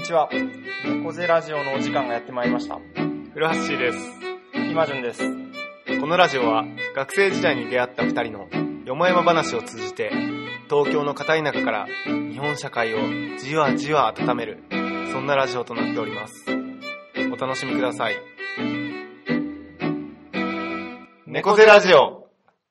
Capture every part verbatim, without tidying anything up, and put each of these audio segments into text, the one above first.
ちは。猫背ラジオのお時間がやってまいりました。 古橋です。 今順です。 このラジオは学生時代に出会った二人のよもやま話を通じて東京の片田舎から日本社会をじわじわ温める、そんなラジオとなっております。お楽しみください。猫背ラジオ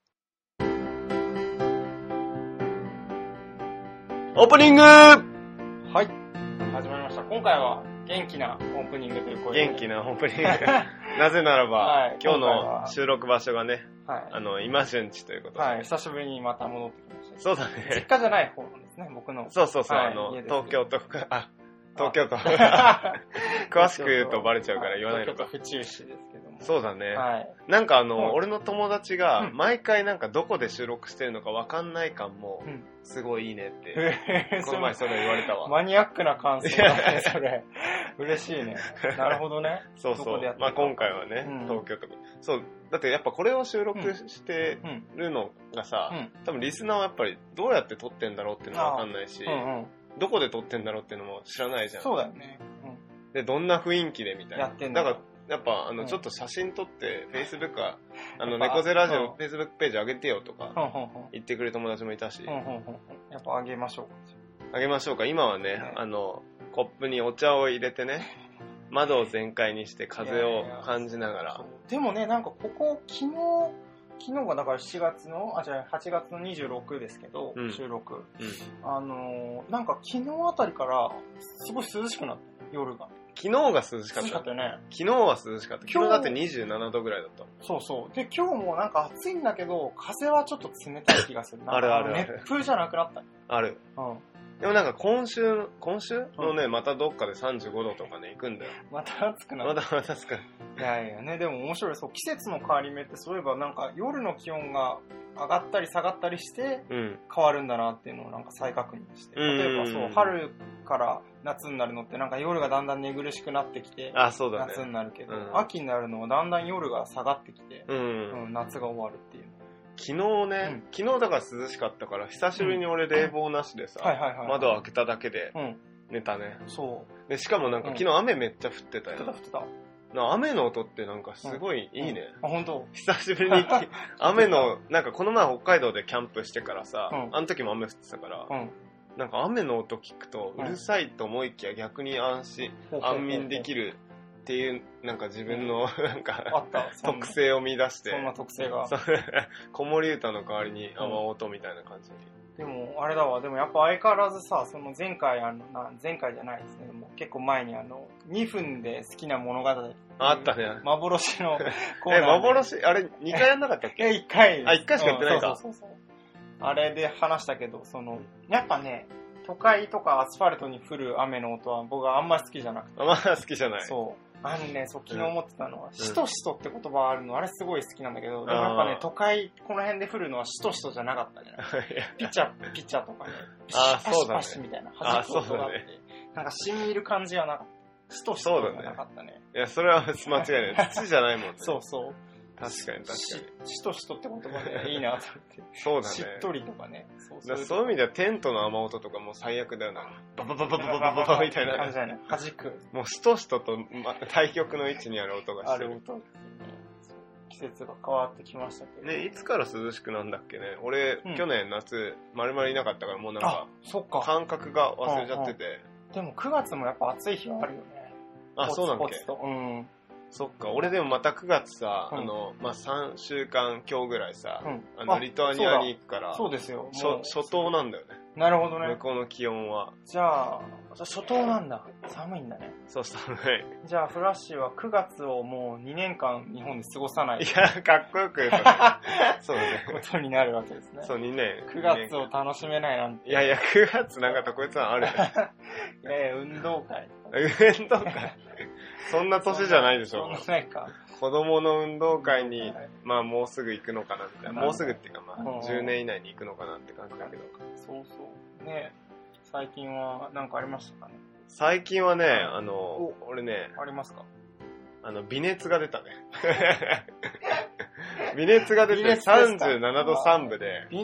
オープニング。 はい、始まりました。今回は元気なオープニングということで。 元気なオープニングなぜならば、はい、今日の収録場所がね、はい、あの今順地ということで、 はい、久しぶりにまた戻ってきました。 そうだね。 実家じゃない方なんですね、僕の。 そうそうそう、はい、あの東京とあ東京都詳しく言うとバレちゃうから言わないのか。 東京都府中市ですけども。 そうだね、はい、なんかあの、うん、俺の友達が毎回なんかどこで収録してるのか分かんない感もすごいいいねって、うん、この前それ言われたわ。 マニアックな感想だねそれ。嬉しいね。なるほどね。 そうそう、まあ今回はね、うん、東京とかそうだってやっぱこれを収録してるのがさ、うんうん、多分リスナーはやっぱりどうやって撮ってんだろうっていうのは分かんないし、うんうん、どこで撮ってんだろうっていうのも知らないじゃん。 そうだよね。 うん、で、どんな雰囲気でみたいな。 やってんだ。 だから、やっぱ、あの、うん、ちょっと写真撮って、Facebook か、あの、猫背ラジオ、Facebook ページ上げてよとか、言ってくれる友達もいたし。 うんうんうん、やっぱ上げましょうか。 上げましょうか。今はね、ね、あの、コップにお茶を入れてね、窓を全開にして風を感じながら。いやいやでもね、なんかここ、昨日、昨日がだからしちがつの、あ、じゃあはちがつのにじゅうろくですけど、うん、収録、うん。あのー、なんか昨日あたりからすごい涼しくなった、夜が。 昨日が涼しかった。涼しかったよね。 昨日は涼しかった。昨日だってにじゅうななどぐらいだった。 そうそう。で、今日もなんか暑いんだけど、風はちょっと冷たい気がするな。 あるあるある。 熱風じゃなくなった。 ある。うん。でもなんか今週、今週のね、うん、またどっかでさんじゅうごどとかね、行くんだよ。 また暑くなる。 またまた暑くなる。 いやいやね、でも面白い。そう、季節の変わり目ってそういえばなんか夜の気温が上がったり下がったりして変わるんだなっていうのをなんか再確認して。うん、例えばそう、春から夏になるのってなんか夜がだんだん寝苦しくなってきて、 あ、そうだね、 夏になるけど、 うん、 秋になるのはだんだん夜が下がってきて、うんうん、夏が終わるっていう。 昨日ね、うん、昨日だから涼しかったから久しぶりに俺冷房なしでさ、窓を開けただけで寝たね、うん、そうでしかもなんか昨日雨めっちゃ降ってたよ、 降ってた降ってた。 雨の音ってなんかすごいいいね、 うん、あ、本当。 久しぶりに雨のなんかこの前北海道でキャンプしてからさ、うん、あの時も雨降ってたから、うん、なんか雨の音聞くとうるさいと思いきや逆に安心、うん、安眠できるっていうなんか自分のなんか、 あった特性を見出して、 そんな特性が子守歌の代わりに雨音みたいな感じに、 うん、でもあれだわ、でもやっぱ相変わらずさ、その前回あのな前回じゃないですね、もう結構前にあのにふんで好きな物語あったね、 幻のコーナーえ幻あれにかいやんなかったっけ？ えいっかいあいっかいしかやってないか、 うん、そうそうそうそう、あれで話したけど、そのやっぱね都会とかアスファルトに降る雨の音は僕はあんまり好きじゃなくて、 あんま好きじゃない。 そうあのね、そう、昨日思ってたのは、しとしとって言葉あるの、あれすごい好きなんだけど、でもやっぱね、都会、この辺で降るのはしとしとじゃなかったね。ピチャ、ピチャとかね、ピシッパシパシみたいな、弾く音があって、なんかしみる感じはなかった。しとしとがなかったね。 いや、それは間違いない。土じゃないもんね。 そうそう。 確かに確かに。 しとしとって言葉でいいなと思って。 そうだね。 しっとりとかね。 そうそういう、そういう意味ではテントの雨音とかもう最悪だよな。バババババババババみたいな感じだよね。弾く。 もうしとしとと、ま、対極の位置にある音がしてる。 ある音。季節が変わってきましたけど。 ね、いつから涼しくなんだっけね。俺、うん、去年夏、まるまるいなかったからもうなんか、 そっか感覚が忘れちゃってて。 でもくがつもやっぱ暑い日はあるよね。 あ、そうなんだっけ。 うん。 そっか、俺でもまたくがつさ、うん、あの、まあ、さんしゅうかん今日ぐらいさ、うん、あの、リトアニアに行くから、 そうですよ。 初、初冬なんだよね。 なるほどね。 向こうの気温は。 じゃあ、初冬なんだ。寒いんだね。 そう、寒い。 じゃあ、フラッシュはくがつをもうにねんかん日本で過ごさない。 いや、かっこよく言うと、そうね。 ことになるわけですね。 そう、にねん。 くがつを楽しめないなんて。 いやいや、くがつなんか特別なのある。 いやいや、運動会。 運動会そんな年じゃないでしょ。 そんなないか。 子供の運動会に、まあもうすぐ行くのかなみたいな。もうすぐっていうかまあじゅうねん以内に行くのかなって感じだけど。 そうそう。ね、最近は何かありましたかね。 最近はね、あの、俺ね。 ありますか？ あの、微熱が出たね。微熱が出てさんじゅうななどさんぶで。 微熱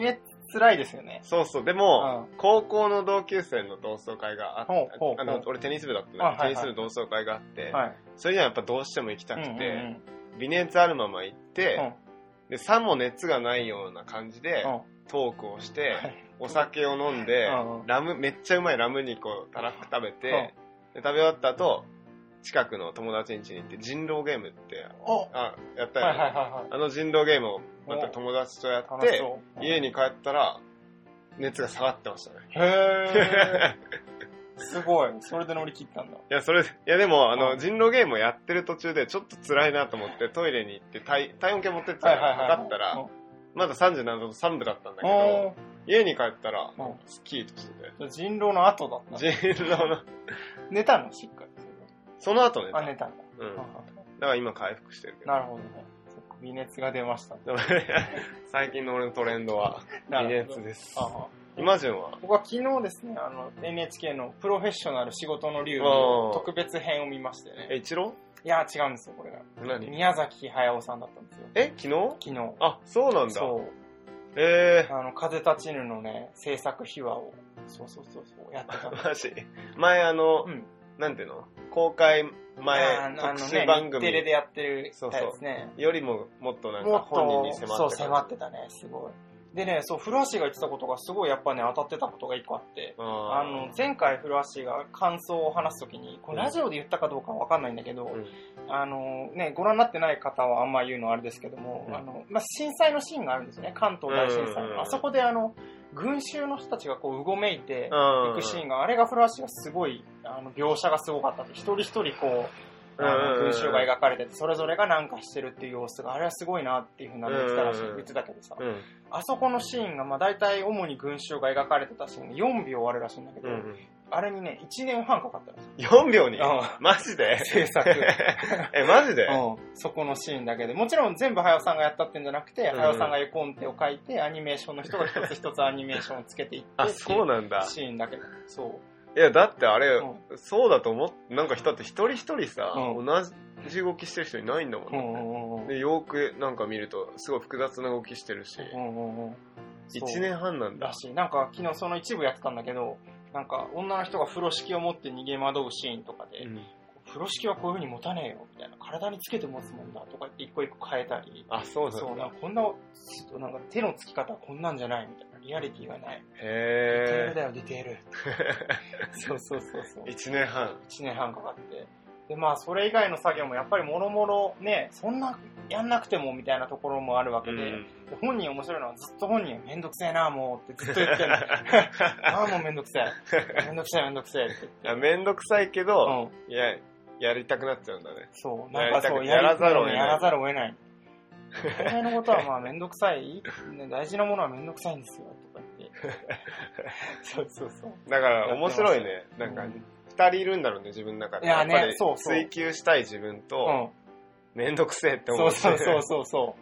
辛いですよね。 そうそう。でも、うん、高校の同級生の同窓会があって、あの、俺テニス部だったので、テニス部の同窓会があって、はい、それにはやっぱどうしても行きたくて、うんうんうん、微熱あるまま行って、うん、で、さも熱がないような感じで、うん、トークをして、お酒を飲んで、うん、ラム、めっちゃうまいラム肉をたらふく食べて、うん、で食べ終わった後、近くの友達ん家に行って人狼ゲームってあやったよ、ね、はいはいはいはい、あの人狼ゲームをまた友達とやって家に帰ったら熱が下がってましたね。 へーすごい。それで乗り切ったんだ。いやそれいやでもあの人狼ゲームをやってる途中でちょっと辛いなと思ってトイレに行って体体温計持ってってたら測ったらまださんじゅうななどさんぶだったんだけど家に帰ったらスキーとしてて。 人狼の後だった。 人狼の寝たのしっかり。 その後寝た。 あ、寝たんだ。 うん。だから今回復してるけど。 なるほどね。微熱が出ました。 最近の俺のトレンドは微熱です。 ああ今順は僕は昨日ですね、あの エヌエイチケー のプロフェッショナル仕事の流儀特別編を見ましてね。 え、一郎？ いや、違うんですよ、これが。 何？ 宮崎駿さんだったんですよ。 え、昨日？ 昨日。 あ、そうなんだ。 そう。 えー。 あの、風立ちぬのね、制作秘話を、そうそうそうそう、やってたんです。 マジ？前あの、うん、なんていうの？公開前、特集番組、 ね、日テレでやってるタイプですね。 そうそうよりももっとなんか本人に迫ってた。 そう、迫ってたね、すごい。でね、そう、古橋が言ってたことがすごいやっぱね、当たってたことが一個あって、あの、前回古橋が感想を話すときに、これラジオで言ったかどうかはわかんないんだけど、うん、あの、ね、ご覧になってない方はあんま言うのはあれですけども、うん、あの、まあ、震災のシーンがあるんですよね、関東大震災の。あそこであの、群衆の人たちがこう、うごめいていくシーンが、あれが古橋がすごい、あの、描写がすごかったって、一人一人こう、あの群衆が描かれてて、それぞれが何かしてるっていう様子が、あれはすごいなっていうふうな言ってたらしい、言ってたけどさ、うん、あそこのシーンが、まあ大体主に群衆が描かれてたシーンがよんびょうあるらしいんだけど、うん、あれにね、いちねんはんかかったらしい。 よんびょうに、うん、マジで制作。 え、マジで、 うん、そこのシーンだけで。もちろん全部早尾さんがやったってんじゃなくて、早尾さんが絵コンテを書いて、アニメーションの人が一つ一つアニメーションをつけていって、 あ、そうなんだ。 シーンだけど、そう。 いや、だってあれ、うん、そうだと思って、なんかだって一人一人さ、うん、同じ動きしてる人いないんだもんね。うんうんうん、で、よくなんか見ると、すごい複雑な動きしてるし、うんうんうん、いちねんはんなんだ。 らしい。なんか昨日その一部やってたんだけど、なんか女の人が風呂敷を持って逃げ惑うシーンとかで、うん、風呂敷はこういう風に持たねえよ、みたいな。体につけて持つもんだとか言って一個一個変えたり。 あ、そうなんだ。 そう、なんかこんな、なんか手のつき方はこんなんじゃないみたいな。リアリティがない。 へー。 ディテールだよ、ディテール。そうそうそうそう。 いちねんはん。 いちねんはんかかって。で、まあ、それ以外の作業もやっぱりもろもろね、そんなやんなくてもみたいなところもあるわけで、うん、で本人面白いのはずっと本人はめんどくせえな、もうってずっと言ってる。ああ、もうめんどくせえ。めんどくせえ、めんどくせえって言って。 めんどくさいけど、うん、いや、やりたくなっちゃうんだね。 そう、なんかそう、やらざるを得ない。やらざるを得ない。お前のことはまあめんどくさい、大事なものはめんどくさいんですよ、とか言って。そうそうそう。 だから面白いね。なんか、二人いるんだろうね、自分の中で。 いやね、やっぱりそうそう。 追求したい自分と、めんどくせえって思う。 そうそうそうそうそう。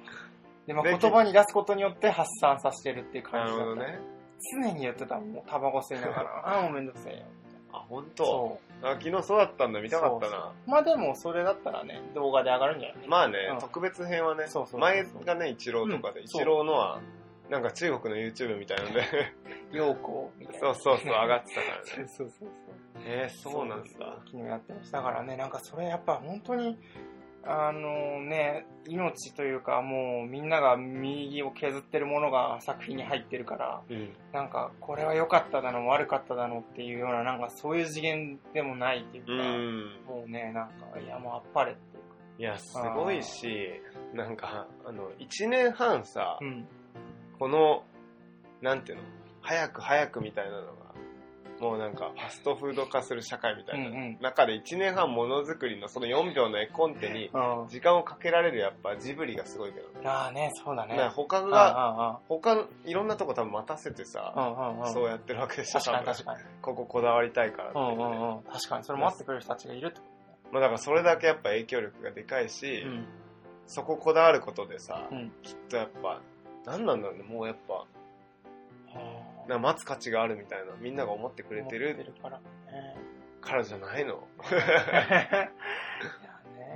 で、まあ言葉に出すことによって発散させてるっていう感じだった。なるほどね。常に言ってたもん、もうタバコ吸いながら、ああ、もうめんどくせえよ。 あ、ほんと？そう。あ、昨日そうだったんだ、見たかったな。そうそうまあでも、それだったらね、動画で上がるんじゃない？ まあね、うん、特別編はね、そうそうそうそう前がね、一郎とかで、うん、一郎のは、なんか中国の YouTube みたいなので、 陽光みたいな。そうそうそう、上がってたからね。 そうそうそう。 えー、そうなんだ。 昨日やってました。だからね、なんかそれやっぱ本当に、あのね、命というかもうみんなが右を削ってるものが作品に入ってるから、うん、なんかこれは良かっただの悪かっただのっていうようななんかそういう次元でもないっていうか、うん、もうね、なんかいやもうあっぱれっていうか。 いや、すごいし、なんかあの、一年半さ、うん、この、なんていうの、早く早くみたいなのが、もうなんかファストフード化する社会みたいな、うんうん、中でいちねんはんものづくりのそのよんびょうの絵コンテに時間をかけられるやっぱジブリがすごいけど、 ね、ああね、そうだね。 他が他のいろんなとこ多分待たせてさ、そうやってるわけでしょ。 確かに確かに。 こここだわりたいからって、ね、 うんうんうん、確かにそれ待ってくれる人たちがいるってことね。 まあだからそれだけやっぱ影響力がでかいし、うん、そここだわることでさ、うん、きっとやっぱ何なんだろうね、もうやっぱ。な待つ価値があるみたいなみんなが思ってくれてるから、ね、 からじゃないの。 いやね、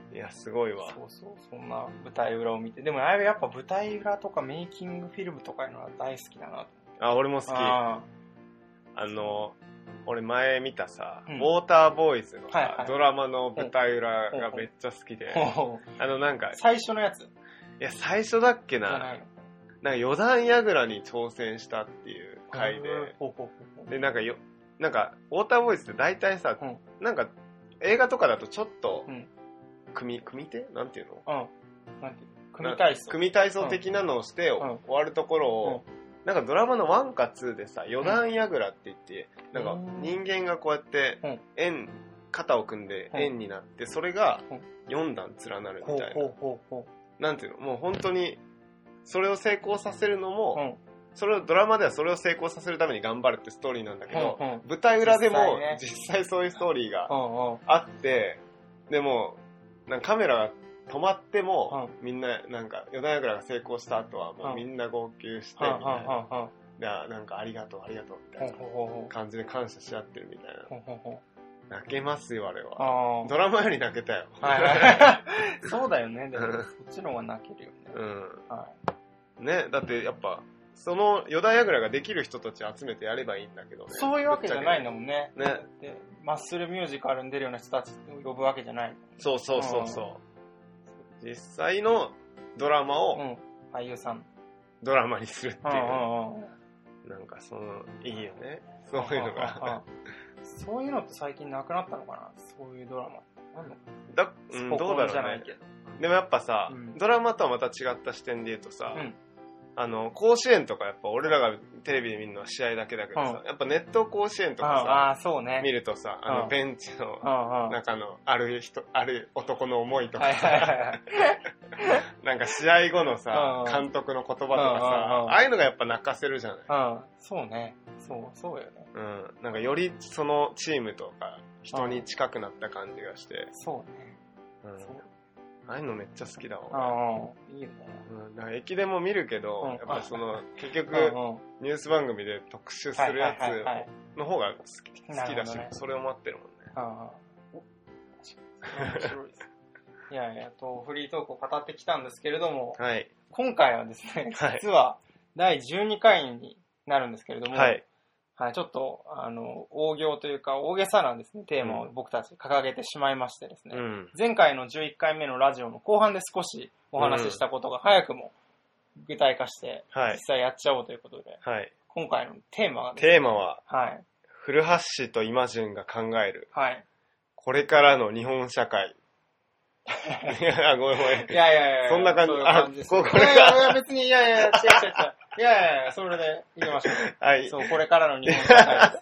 いやすごいわ。 そうそう、そんな舞台裏を見て、でもやっぱ舞台裏とかメイキングフィルムとかいうのは大好きだな。 あ、俺も好き。ああの俺前見たさ、 うん、 ウォーターボーイズのさ、 はいはい、 ドラマの舞台裏がめっちゃ好きで、あのなんか最初のやつ。いや最初だっけな。なんか余談櫓に挑戦したっていう回で、でなんかよなんかウォーターボーイズって大体さ、うん、なんか映画とかだとちょっと、うん、組組手なんていうの？ うん。なんていうの？組体操。 組体操的なのをして、うん、終わるところを、うん、なんかドラマのワンかツーでさ、余談櫓って言って、うん、なんか人間がこうやって円、肩を組んで円になって、それがよん段連なるみたいな。なんていうの？もう本当に、それを成功させるのも、うんそれをドラマではそれを成功させるために頑張るってストーリーなんだけど、うんうん、舞台裏でも実際、ね、実際そういうストーリーがあって、うんうん、でもなんかカメラが止まっても、うん、みんななんか余談櫓が成功した後はもうみんな号泣してみたいな、うん、なんかありがとうありがとうみたいな感じで感謝し合ってるみたいな。泣けますよあれは。ドラマより泣けたよ。 はいはい、そうだよね。でもそっちの方が泣けるよね。 うん。はい、ねだってやっぱ。その余談櫓ができる人たち集めてやればいいんだけどね。 そういうわけじゃないんだもんね。ね。でマッスルミュージカルに出るような人たちを呼ぶわけじゃない。 そうそうそうそう。実際のドラマを、うん、 俳優さんドラマにするっていう。なんかそのいいよね。そういうのが。 そういうのって最近なくなったのかな。そういうドラマってあんの？ だ、うん、どうだろうね。でもやっぱさ、うん、ドラマとはまた違った視点で言うとさ。うんあの甲子園とかやっぱ俺らがテレビで見るのは試合だけだけどさ、うん、やっぱネット甲子園とかさ、 あそうね、 見るとさあのベンチの中のある人ある男の思いとかさなんか試合後のさ監督の言葉とかさああいうのがやっぱ泣かせるじゃない。 そうねそうそうよね。 うんなんかよりそのチームとか人に近くなった感じがして。 そうね。うんそうああいうのめっちゃ好きだわ。 ああ、いいよね。 うん、だから駅でも見るけど、うん、やっぱその、結局、うん、ニュース番組で特集するやつの方が好き、好きだし、ね、それを待ってるもんね。ああ。 面白いです。いやいや、と、フリートークを語ってきたんですけれども、 はい、 今回はですね、実はだいじゅうにかいになるんですけれども、はいはい、ちょっと、あの、大行というか、大げさなんですね、テーマを僕たち掲げてしまいましてですね、うん、前回のじゅういっかいめのラジオの後半で少しお話ししたことが早くも具体化して、実際やっちゃおうということで、はい、今回のテーマがですね、 テーマは、はい、古橋とイマジンが考える、はい、これからの日本社会。いや、ごめんごめん。 いやいやいや、 そんな感じ、あ、 これが。いやいや、別に、いやいや、違う違う違う。いやいやいや、それで行きましょう。はい。そう、これからの日本社会です。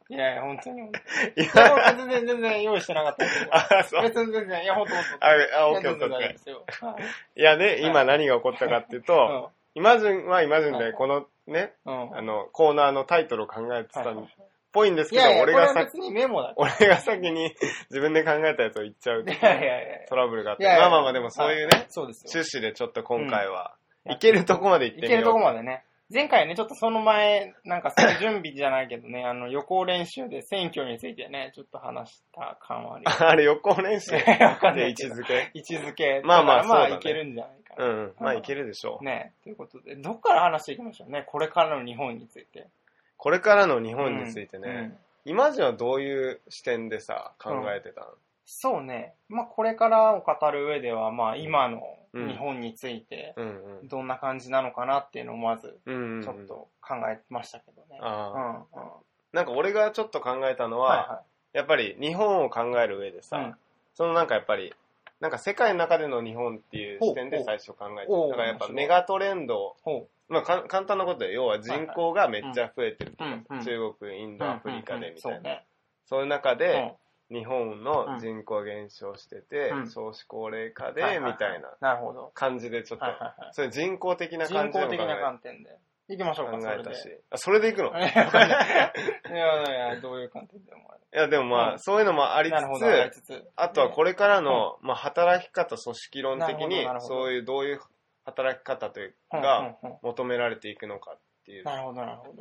いやいや、本当に。いや、全然、全然用意してなかったけど。あ、そう。別に全然、いや、本当本当。あ、 あ、オッケーオッケーオッケー。いやね、今何が起こったかっていうと、イマジンはイマジンで、このね、あの、コーナーのタイトルを考えてたんで、ぽいんですけど、俺が先にメモだ。俺が先に自分で考えたやつを言っちゃうっていうトラブルがあって。まあまあまあでもそういうね、趣旨でちょっと今回は、いけるとこまで行ってみよう。 いけるとこまでね。前回ね、ちょっとその前、なんかその準備じゃないけどね、あの予行練習で選挙についてね、ちょっと話した感はあります。 あれ予行練習で位置づけ位置づけ。 まあまあそうだね。 いけるんじゃないかな。うん、まあいけるでしょう。 ね、ということで、どっから話していきましょうね、これからの日本について。 これからの日本についてね、イマジンはどういう視点でさ、考えてたの？ そうね。まあこれからを語る上では、まあ今の日本について、どんな感じなのかなっていうのをまず、ちょっと考えましたけどね。 なんか俺がちょっと考えたのは、はいはい、やっぱり日本を考える上でさ、うん、そのなんかやっぱり、なんか世界の中での日本っていう視点で最初考えてた。だからやっぱメガトレンド、まあか簡単なことで、要は人口がめっちゃ増えてるとか、はいはい、中国、インド、アフリカでみたいな。そういう中で、日本の人口減少してて、うん、少子高齢化で、みたいな感じでちょっと、はいはいはい、それ人工的な感じで人工的な観点で。行きましょうか、 考えたし。あ、それで行くの？いやいや、どういう観点でもある。 いや、でもまあ、うん、そういうのもありつつ、あとはこれからの、うん、まあ、働き方、組織論的に、そういう、どういう働き方というか、求められていくのかっていう。 なるほど、なるほど。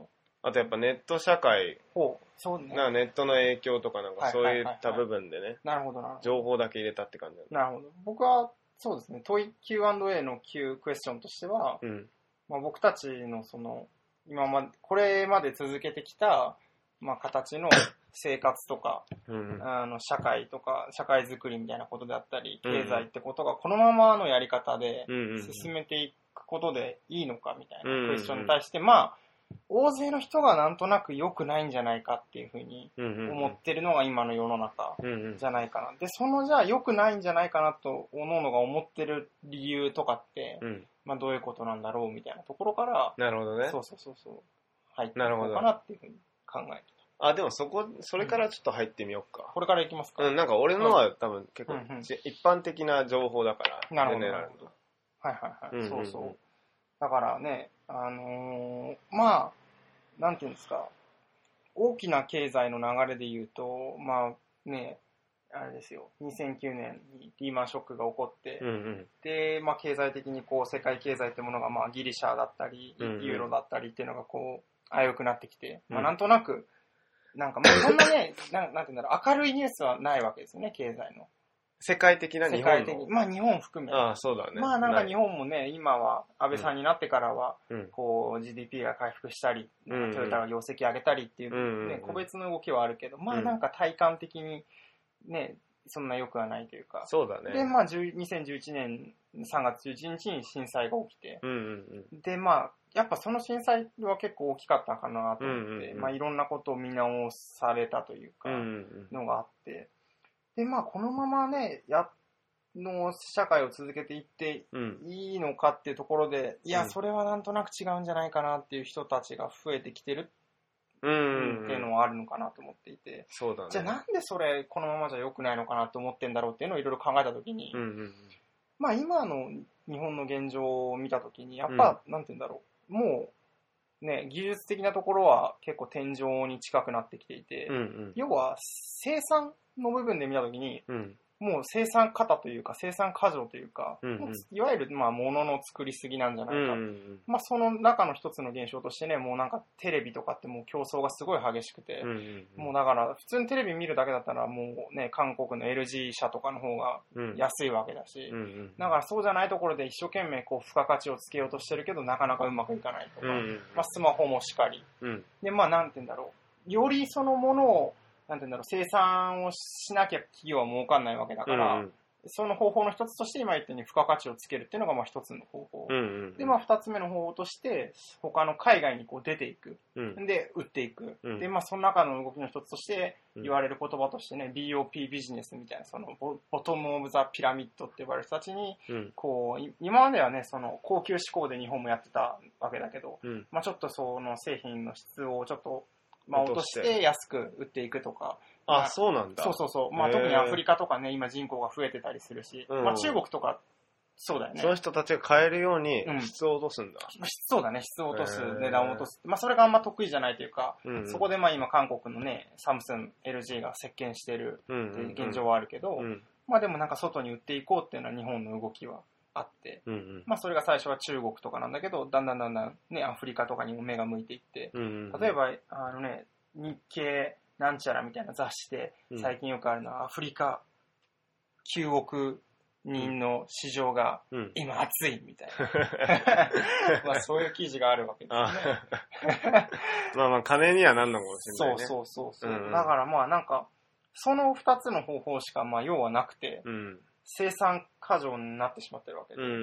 あとやっぱネット社会、 ほう、そうね。 なんかネットの影響とかなんかそういった部分でね、 なるほどなるほど。 情報だけ入れたって感じなるほど。僕はそうですね、問い キューアンドエー の Q クエスチョンとしては、うん、まあ、僕たちのその今までこれまで続けてきた、まあ、形の生活とか、うん、あの社会とか社会づくりみたいなことであったり、経済ってことがこのままのやり方で進めていくことでいいのかみたいなクエスチョンに対して、まあ大勢の人がなんとなく良くないんじゃないかっていうふうに思ってるのが今の世の中じゃないかな。で、そのじゃあ良くないんじゃないかなと各々が思ってる理由とかって、うん、まあどういうことなんだろうみたいなところから、 なるほどね。 そうそうそうそう。入っていこうかなっていうふうに考えてた。あ、でもそこ、それからちょっと入ってみようか。 うん、これからいきますか。 うん、なんか俺のは多分結構、うんうん、一般的な情報だから。 なるほど。なるほど。はいはいはい。うんうんうん、そうそう。だからね、あのー、まあ、なんていうんですか、大きな経済の流れで言うと、まあね、あれですよ、にせんきゅうねんにリーマンショックが起こって、うんうん、で、まあ経済的にこう世界経済ってものがまあギリシャだったり、ユーロだったりっていうのがこう、危うくなってきて、うん、まあなんとなく、なんかまあそんなね、な, なんていうんだろう、明るいニュースはないわけですよね、経済の。 世界的な日本の。世界的。 まあ日本含め。 ああ、そうだね。 まあなんか日本もね、今は安倍さんになってからは、うん、こう ジーディーピー が回復したり、うん、トヨタが業績上げたりっていう、ね、うんうん、個別の動きはあるけど、まあなんか体感的にね、そんな良くはないというか。 そうだね。 で、まあにせんじゅういちねんさんがつじゅういちにちに震災が起きて、うんうんうん、でまあやっぱその震災は結構大きかったかなと思って、うんうんうん、まあいろんなことを見直されたというか、うんうんうん、のがあって、でまあこのままね、やの社会を続けていっていいのかっていうところで、うん、いやそれはなんとなく違うんじゃないかなっていう人たちが増えてきてるっていうのはあるのかなと思っていて、 そうだね、 じゃあなんでそれこのままじゃ良くないのかなと思ってんだろうっていうのをいろいろ考えたときに、うんうんうん、まあ今の日本の現状を見たときにやっぱ、うん、なんて言うんだろう、もうね技術的なところは結構天井に近くなってきていて、うんうん、要は生産の部分で見たときに、うん、もう生産過というか生産過剰というか、うんうん、いわゆるまあ物の作りすぎなんじゃないか、うんうんうん、まあその中の一つの現象としてね、もうなんかテレビとかってもう競争がすごい激しくて、うんうんうん、もうだから普通にテレビ見るだけだったらもうね韓国の エルジー 社とかの方が安いわけだし、うんうんうん、だからそうじゃないところで一生懸命こう付加価値をつけようとしてるけどなかなかうまくいかないとか、うんうんうん、まあスマホもしかり、うん、でまあなんて言うんだろう、よりそのものをなんて言うんだろう、生産をしなきゃ企業は儲かんないわけだから、うんうん、その方法の一つとして今言ったように付加価値をつけるっていうのがまあ一つの方法、うんうんうん、でまあ二つ目の方法として他の海外にこう出ていく、うん、で売っていく、うん、でまあその中の動きの一つとして言われる言葉としてね、うん、ビーオーピー ビジネスみたいな、その ボ, ボトムオブザピラミッドって呼ばれる人たちに、うん、こう今まではねその高級志向で日本もやってたわけだけど、うん、まあちょっとその製品の質をちょっとまあ、落として安く売っていくとか。 あ、まあ、そうなんだ。 そうそうそう。まあ、特にアフリカとかね、今人口が増えてたりするし、うん、まあ、中国とか、そうだよね。 その人たちが買えるように質を落とすんだ。 うん、そうだね。質を落とす、値段を落とす。まあ、それがあんま得意じゃないというか、うんうん、そこでまあ今韓国のね、サムスン、エルジー が席巻してるっていう現状はあるけど、うんうんうん、まあでもなんか外に売っていこうっていうのは日本の動きはあって、うんうん、まあそれが最初は中国とかなんだけど、だんだんだんだんね、アフリカとかにも目が向いていって、うんうんうん、例えば、あのね、日経なんちゃらみたいな雑誌で最近よくあるのは、うん、アフリカきゅうおくにんの市場が今熱いみたいな、うん、まあそういう記事があるわけですね。 まあまあ金にはなんのかもしれないね。 そうそうそうそう、うんうん、だからまあなんかそのふたつの方法しかまあ要はなくて、うん、生産過剰になってしまってるわけで、うん、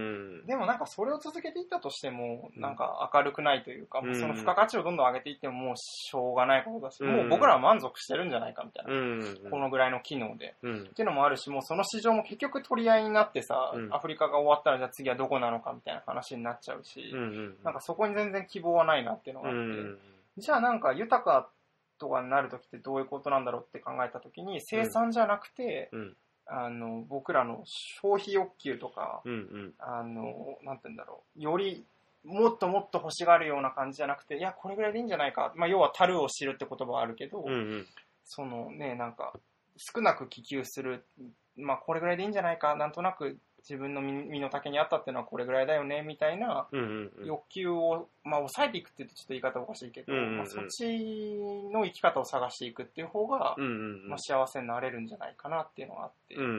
でもなんかそれを続けていったとしてもなんか明るくないというか、うん、その付加価値をどんどん上げていってももうしょうがないことだし、うん、もう僕らは満足してるんじゃないかみたいな、うん、このぐらいの機能で、うん、っていうのもあるし、もうその市場も結局取り合いになってさ、うん、アフリカが終わったらじゃあ次はどこなのかみたいな話になっちゃうし、うん、なんかそこに全然希望はないなっていうのがあって、うん、じゃあなんか豊かとかになるときってどういうことなんだろうって考えたときに、生産じゃなくて、うん、あの僕らの消費欲求とか、うんうん、あのなんて言うんだろう、よりもっともっと欲しがるような感じじゃなくて、いやこれぐらいでいいんじゃないか、まあ、要は樽を知るって言葉はあるけど、うんうん、そのねなんか少なく希求する、まあこれぐらいでいいんじゃないか、なんとなく自分の身の丈に合ったっていうのはこれぐらいだよねみたいな欲求を、まあ、抑えていくって言うとちょっと言い方おかしいけど、うんうんうんまあ、そっちの生き方を探していくっていう方が、うんうんうんまあ、幸せになれるんじゃないかなっていうのがあって、うんうんうん、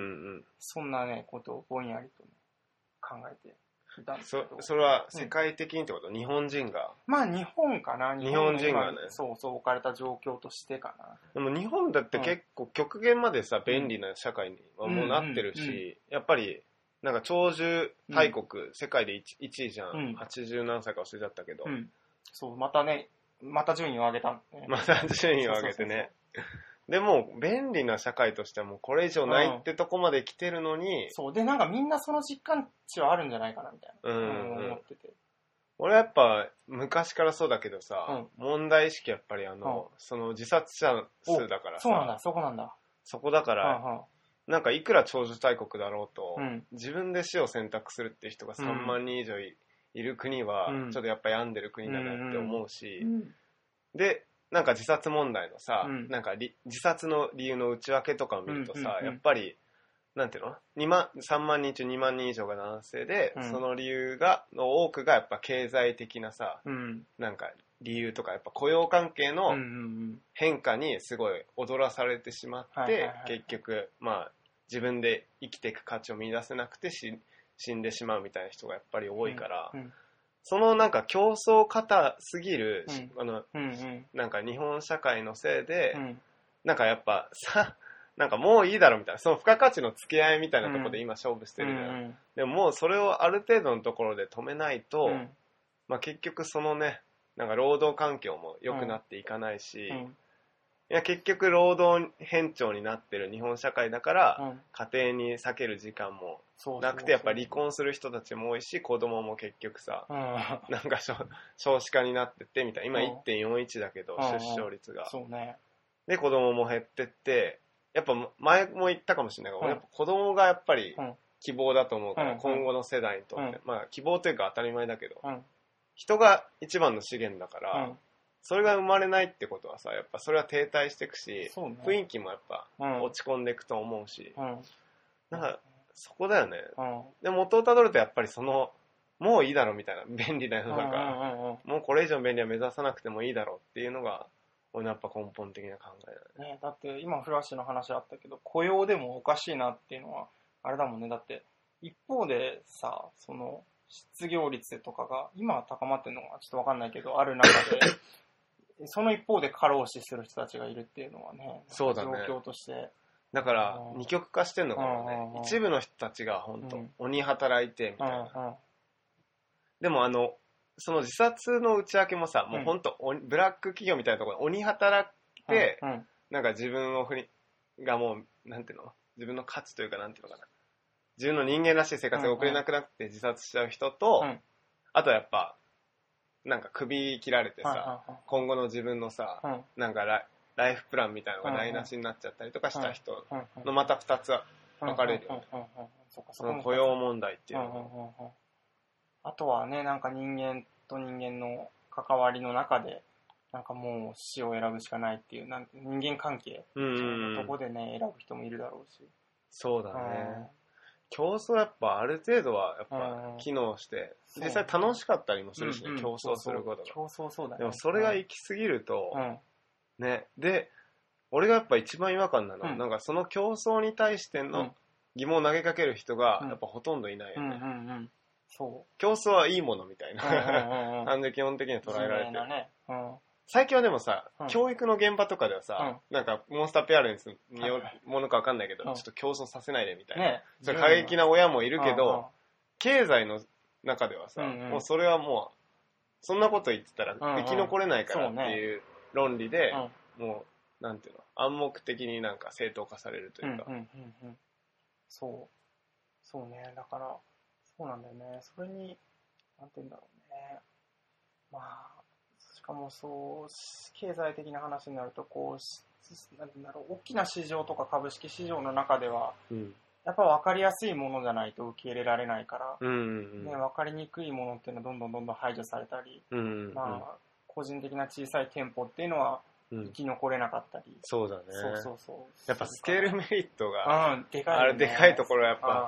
そんなねことをぼんやりと、ね、考えていたんですけど。 そ, それは世界的にってこと、うん、日本人がまあ日本かな、 日本人がねそうそう置かれた状況としてかな。 でも日本だって結構極限までさ、うん、便利な社会にはもうなってるし、うんうんうん、やっぱりなんか長寿大国、うん、世界で 1, いちいじゃん、うん、はちじゅう何歳か忘れちゃったけど、うん、 そうまたねまた順位を上げた、 ね、また順位を上げてねでも便利な社会としてはもうこれ以上ないってとこまで来てるのに、 うん、そうでなんかみんなその実感値はあるんじゃないかなみたいな、うんうん、思ってて、 俺はやっぱ昔からそうだけどさ、うん、問題意識やっぱりあの、うん、その自殺者数だからさ、 そうなんだそこなんだそこだから、うんうんなんかいくら長寿大国だろうと、うん、自分で死を選択するっていう人がさんまんにん以上 い,、うん、いる国は、うん、ちょっとやっぱ病んでる国だなって思うし、うん、でなんか自殺問題のさ、うん、なんか自殺の理由の内訳とかを見るとさ、うんうんうん、やっぱりなんていうのにまんさんまんにん中にまんにん以上が男性で、うん、その理由がの多くがやっぱ経済的なさ、うん、なんか理由とかやっぱ雇用関係の変化にすごい踊らされてしまって、うんうんうん、結局まあ自分で生きていく価値を見出せなくてし死んでしまうみたいな人がやっぱり多いから、うんうん、そのなんか競争硬すぎる、うん、あの、うんうん、なんか日本社会のせいで、うん、なんかやっぱさなんかもういいだろみたいなその付加価値の付け合いみたいなところで今勝負してるじゃん、うんうん、でももうそれをある程度のところで止めないと、うんまあ、結局そのねなんか労働環境も良くなっていかないし、うんうん、いや結局労働偏重になってる日本社会だから、うん、家庭に避ける時間もなくてやっぱ離婚する人たちも多いし子供も結局さ、うん、なんか少子化になってってみたいな今 いってんよんいち だけど、うん、出生率が、 そうね、で子供も減ってってやっぱ前も言ったかもしれないけど、うん、やっぱ子供がやっぱり希望だと思うから、うん、今後の世代にとって、うん、まあ希望というか当たり前だけど、うん、人が一番の資源だから、うん、それが生まれないってことはさやっぱそれは停滞していくし、ね、雰囲気もやっぱ落ち込んでいくと思うし、うん、なんかそこだよね、うん、で元をたどるとやっぱりそのもういいだろみたいな便利な世の中、うんうんうんうん、もうこれ以上便利は目指さなくてもいいだろうっていうのが俺のやっぱ根本的な考えだ ね, ねだって今フラッシュの話あったけど雇用でもおかしいなっていうのはあれだもんね。だって一方でさその失業率とかが今高まってるのかちょっと分かんないけどある中でその一方で過労死する人たちがいるっていうのはねそうだね状況としてだから二極化してんのかもね。一部の人たちが本当、うん、鬼働いてみたいな、うんうん、でもあのその自殺の内訳もさ、もうほんとブラック企業みたいなところで鬼働いて、うんうん、なんか自分を振りがもうなんていうの自分の価値というかなんていうのかな自分の人間らしい生活が送れなくなって自殺しちゃう人と、うんうん、あとやっぱなんか首切られてさ、うんうん、今後の自分のさ、うん、なんかライ、ライフプランみたいなのが台無しになっちゃったりとかした人のまたふたつ分かれるよね。その雇用問題っていうのも、うんうんうんうんあとはね、なんか人間と人間の関わりの中で、なんかもう死を選ぶしかないっていう、なんて人間関係、うんどこでね、選ぶ人もいるだろうし。 そうだね。うん、競争やっぱある程度はやっぱ機能して、うん、実際楽しかったりもするしね、うんうん、競争することが。 競争そうだね。 でもそれが行き過ぎると、うん、ね、で、俺がやっぱ一番違和感なのは、うん、なんかその競争に対しての疑問を投げかける人がやっぱほとんどいないよね。うんうんうんそう競争はいいものみたいな感じで基本的には捉えられてる、ねうん、最近はでもさ、うん、教育の現場とかではさ、うん、なんかモンスターペアレンツによるものか分かんないけど、うん、ちょっと競争させないでみたいな、ね、それ過激な親もいるけど、うん、経済の中ではさ、うんうん、もうそれはもうそんなこと言ってたら生き残れないからっていう論理で、うんうん、もうなんていうの暗黙的になんか正当化されるというか、うんうんうんうん、 そうそうねだからそうなんだよね。それに、なんて言うんだろうね。まあ、しかもそう、経済的な話になると、こう、なんて言うんだろう、大きな市場とか株式市場の中では、うん、やっぱ分かりやすいものじゃないと受け入れられないから、うんうんうんね、分かりにくいものっていうのはどんどんどんどん排除されたり、うんうんうん、まあ、個人的な小さい店舗っていうのは、生き残れなかったり、うん、 そうだね。 そうそうそう。 やっぱスケールメリットが、 うん、でかい、ね、 あれでかいところはやっぱ、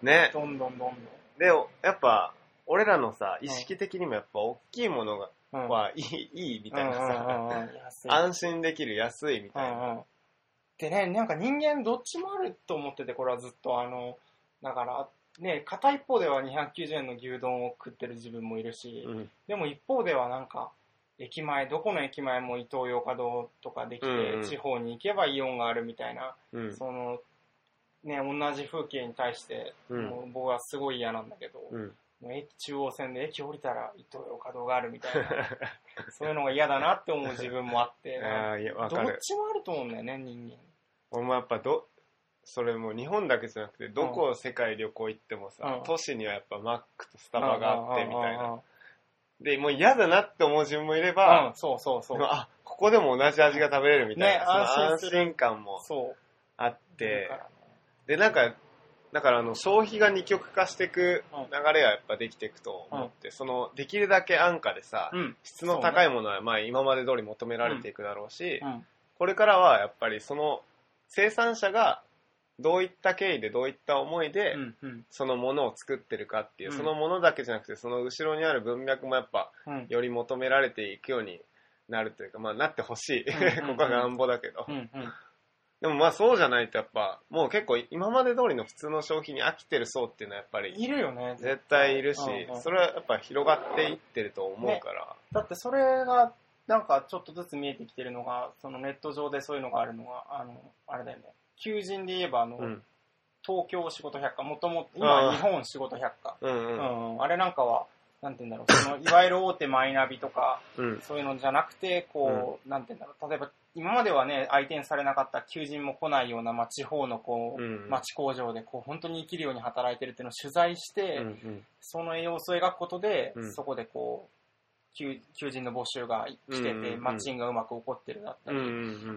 ね。 どんどんどんどん。 で、やっぱ、俺らのさ、意識的にもやっぱ大きいものが、うん、はいい、いいみたいなさ、安心できる、安いみたいな。うんうん、 でね、なんか人間どっちもあると思ってて、これはずっとあの、だから、ね、片一方ではにひゃくきゅうじゅうえんの牛丼を食ってる自分もいるし、うん、でも一方ではなんか、駅前、どこの駅前もイトーヨーカドーとかできて、うんうん、地方に行けばイオンがあるみたいな、うん、その、ね、同じ風景に対して、うん、もう僕はすごい嫌なんだけど、うん、もう駅中央線で駅降りたらイトーヨーカドーがあるみたいな、そういうのが嫌だなって思う自分もあって、あいやわかるどっちもあると思うんだよね、人間。 俺もやっぱど、それも日本だけじゃなくて、どこ世界旅行行ってもさ、うん、都市にはやっぱマックとスタバがあってみたいな。で、もう嫌だなって思う自分もいれば、 うん、そうそうそう。 あ、ここでも同じ味が食べれるみたいな、ね、その安心感もあって、ね、で、なんか、だからあの消費が二極化していく流れがやっぱできていくと思って、うん、そのできるだけ安価でさ、うん、質の高いものはまあ今まで通り求められていくだろうし、うん、これからはやっぱりその生産者がどういった経緯でどういった思いでそのものを作ってるかっていう、うん、そのものだけじゃなくてその後ろにある文脈もやっぱより求められていくようになるというか、まあなってほしい、うん、ここは願望だけど、うんうん、でもまあそうじゃないとやっぱもう結構今まで通りの普通の消費に飽きてる層っていうのはやっぱりいるよね、 絶対いるし、うんうん、それはやっぱ広がっていってると思うから、ね、 だってそれがなんかちょっとずつ見えてきてるのが、そのネット上でそういうのがあるのが、あのあれだよね、求人で言えばあの、うん、東京仕事百科、もともと今日本仕事百科、うんうんうん、あれなんかはなんて言うんだろう、そのいわゆる大手マイナビとか、うん、そういうのじゃなくてこう、うん、なんて言うんだろう、例えば今まではね相手にされなかった求人も来ないような、まあ、地方のこう、うん、町工場でこう本当に生きるように働いてるっていうのを取材して、うんうん、その様子を描くことで、うん、そこでこう求, 求人の募集が来てて、うんうんうん、マッチングがうまく起こってるだったり、うんうんうん、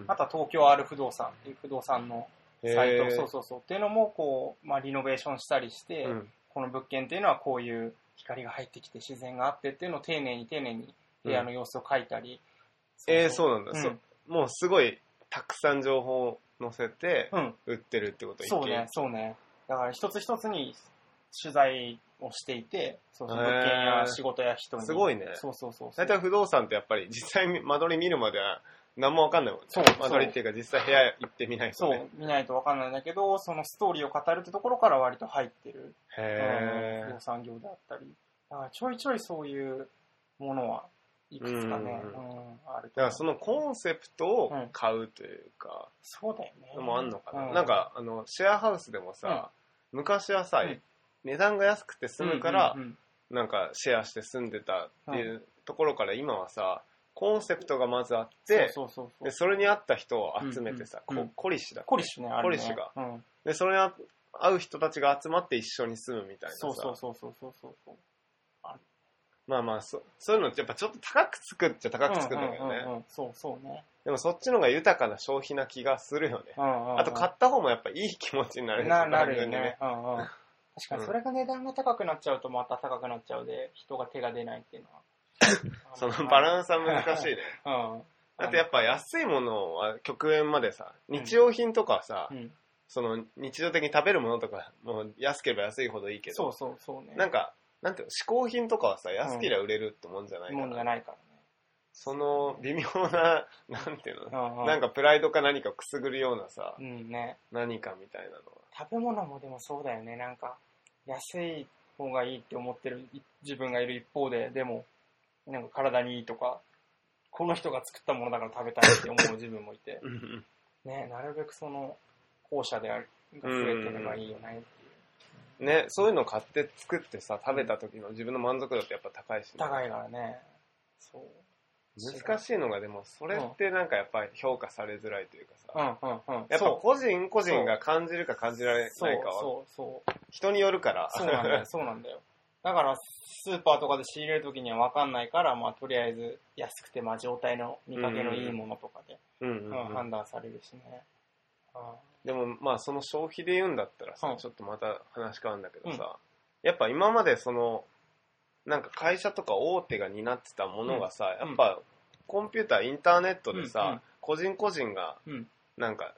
あとは東京 R 不動産っていう不動産のサイト、そうそうそうっていうのもこう、まあ、リノベーションしたりして、うん、この物件っていうのはこういう光が入ってきて自然があってっていうのを丁寧に丁寧に部屋の様子を描いたり、うん、 そうそうえー、そうなんだ、うん、もうすごいたくさん情報を載せて売ってるってこと、うん、 そうねそうね、だから一つ一つに取材をしていて、そうそう物件や仕事や人にすごいね。 そうそうそうそう。 大体不動産ってやっぱり実際間取り見るまでは何も分かんないもんね。そう間取りっていうか実際部屋行ってみないとね。 そう見ないと分かんないんだけど、そのストーリーを語るってところから割と入ってる、 へ不動産業であったり、だからちょいちょいそういうものはいくつかね、うんうん、あると。 だからそのコンセプトを買うというか、うん、 そうだよね。 のもあんのかな。うん、なんかあのシェアハウスでもさ、うん、昔はさ、うん値段が安くて済むから、うんうんうん、なんかシェアして住んでたっていうところから今はさ、コンセプトがまずあって、 そうそうそうそうでそれに合った人を集めてさ、うんうん、コリシだコリシね、あるね、 コリシが、うん、でそれに合う人たちが集まって一緒に住むみたいなさ、 そうそうそうそうそうそうあまあまあそそういうのってやっぱちょっと高くつくっちゃ高くつくんだけどね、 うんうんうんうん、そうそうね。 でもそっちの方が豊かな消費な気がするよね、うんうんうん、あと買った方もやっぱいい気持ちになるななるよね、うんうん確かにそれが値段が高くなっちゃうとまた高くなっちゃうで人が手が出ないっていうのはそのバランスは難しいね、うん、だってやっぱ安いものは極限までさ日用品とかはさ、うん、その日常的に食べるものとかもう安ければ安いほどいいけどそうそうそうねなんかなんていうの嗜好品とかはさ安ければ売れるってもんじゃないかな、 うん、もんじゃないからねその微妙ななんていうの、うんうん、なんかプライドか何かくすぐるようなさ、 うんね、 何かみたいなのは食べ物もでもそうだよねなんか安い方がいいって思ってる自分がいる一方ででもなんか体にいいとかこの人が作ったものだから食べたいって思う自分もいてねなるべくその後者であるが増えてればいいよねっていうねそういうの買って作ってさ食べた時の自分の満足度ってやっぱ高いし、ね、 高いからねそう難しいのがでもそれってなんかやっぱり評価されづらいというかさ、 うんうんうん、 やっぱ個人個人が感じるか感じられないかは人によるからそうなんだよそうなんだよだからスーパーとかで仕入れるときには分かんないから、まあ、とりあえず安くてまあ状態の見かけのいいものとかで、うんうんうんうん、判断されるしねあでもまあその消費で言うんだったらさ、うん、ちょっとまた話変わるんだけどさ、うん、やっぱ今までそのなんか会社とか大手が担ってたものがさ、うん、やっぱコンピューターインターネットでさ、うんうん、個人個人がなんか